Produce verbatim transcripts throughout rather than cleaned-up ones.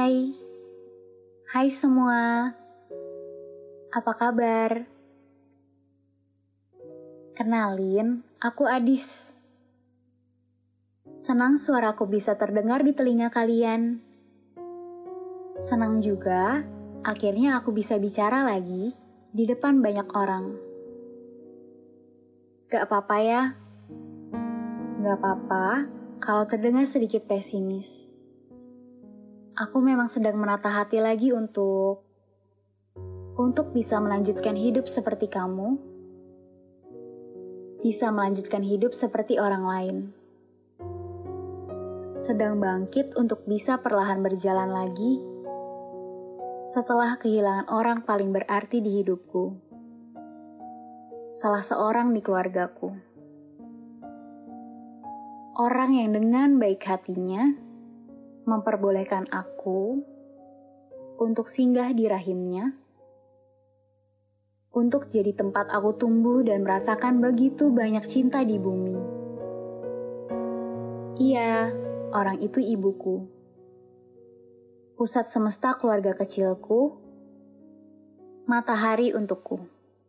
Hai, hai semua, apa kabar? Kenalin, aku Adis. Senang suaraku bisa terdengar di telinga kalian. Senang juga, akhirnya aku bisa bicara lagi di depan banyak orang. Gak apa-apa ya, gak apa-apa kalau terdengar sedikit pesimis. Aku memang sedang menata hati lagi untuk untuk bisa melanjutkan hidup seperti kamu, bisa melanjutkan hidup seperti orang lain. Sedang bangkit untuk bisa perlahan berjalan lagi setelah kehilangan orang paling berarti di hidupku. Salah seorang di keluargaku. Orang yang dengan baik hatinya memperbolehkan aku untuk singgah di rahimnya, untuk jadi tempat aku tumbuh dan merasakan begitu banyak cinta di bumi. Iya, orang itu ibuku. Pusat semesta keluarga kecilku, matahari untukku.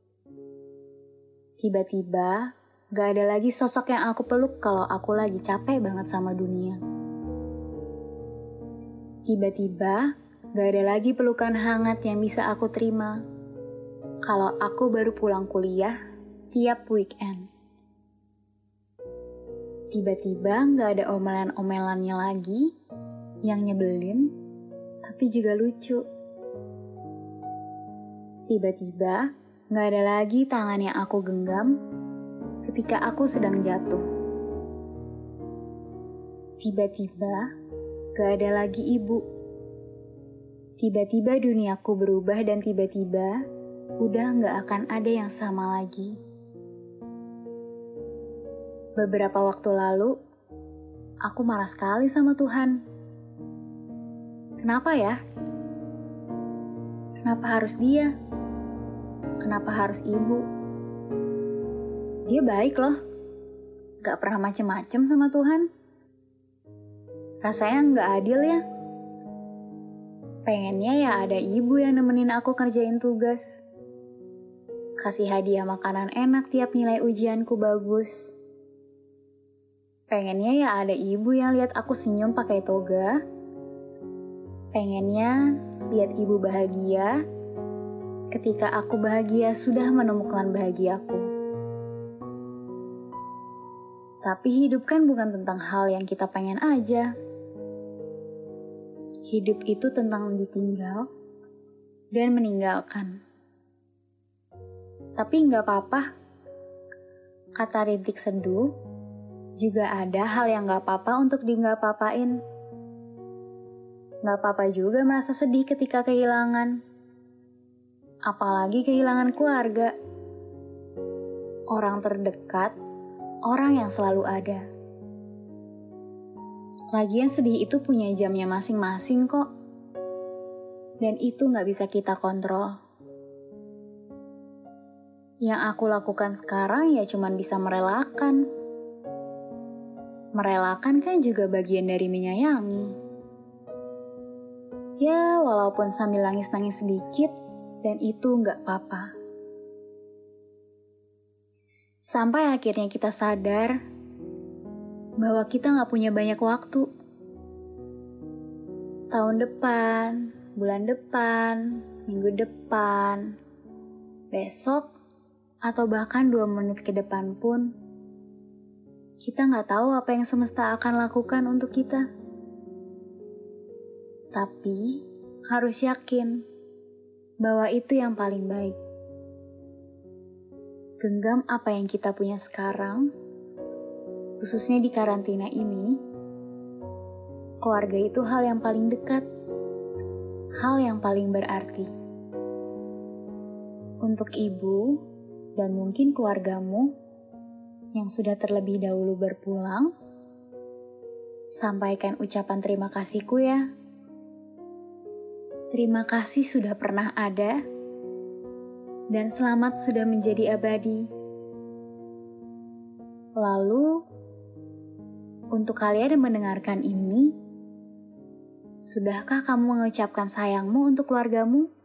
Tiba-tiba, gak ada lagi sosok yang aku peluk kalau aku lagi capek banget sama dunia. Tiba-tiba, gak ada lagi pelukan hangat yang bisa aku terima kalau aku baru pulang kuliah tiap weekend. Tiba-tiba gak ada omelan-omelannya lagi yang nyebelin, tapi juga lucu. Tiba-tiba gak ada lagi tangan yang aku genggam ketika aku sedang jatuh. Tiba-tiba gak ada lagi ibu. Tiba-tiba duniaku berubah dan tiba-tiba udah gak akan ada yang sama lagi. Beberapa waktu lalu, aku marah sekali sama Tuhan. Kenapa ya? Kenapa harus dia? Kenapa harus ibu? Dia baik loh. Gak pernah macem-macem sama Tuhan. Rasanya nggak adil ya. Pengennya ya ada ibu yang nemenin aku kerjain tugas. Kasih hadiah makanan enak tiap nilai ujianku bagus. Pengennya ya ada ibu yang lihat aku senyum pakai toga. Pengennya lihat ibu bahagia ketika aku bahagia sudah menemukan bahagiaku. Tapi hidup kan bukan tentang hal yang kita pengen aja. Hidup itu tentang ditinggal dan meninggalkan. Tapi nggak apa-apa. Kata Rintik Seduh, juga ada hal yang nggak apa-apa untuk di nggak apa-apain. Nggak apa-apa juga merasa sedih ketika kehilangan. Apalagi kehilangan keluarga. Orang terdekat, orang yang selalu ada. Lagian sedih itu punya jamnya masing-masing kok. Dan itu gak bisa kita kontrol. Yang aku lakukan sekarang ya cuman bisa merelakan. Merelakan kan juga bagian dari menyayangi. Ya walaupun sambil nangis-nangis sedikit, dan itu gak apa-apa. Sampai akhirnya kita sadar bahwa kita gak punya banyak waktu. Tahun depan, bulan depan, minggu depan, besok, atau bahkan dua menit ke depan pun, kita gak tahu apa yang semesta akan lakukan untuk kita. Tapi, harus yakin bahwa itu yang paling baik. Genggam apa yang kita punya sekarang, khususnya di karantina ini, keluarga itu hal yang paling dekat, hal yang paling berarti. Untuk ibu dan mungkin keluargamu yang sudah terlebih dahulu berpulang, sampaikan ucapan terima kasihku ya. Terima kasih sudah pernah ada, dan selamat sudah menjadi abadi. Lalu, untuk kalian yang mendengarkan ini, Sudahkah kamu mengucapkan sayangmu untuk keluargamu?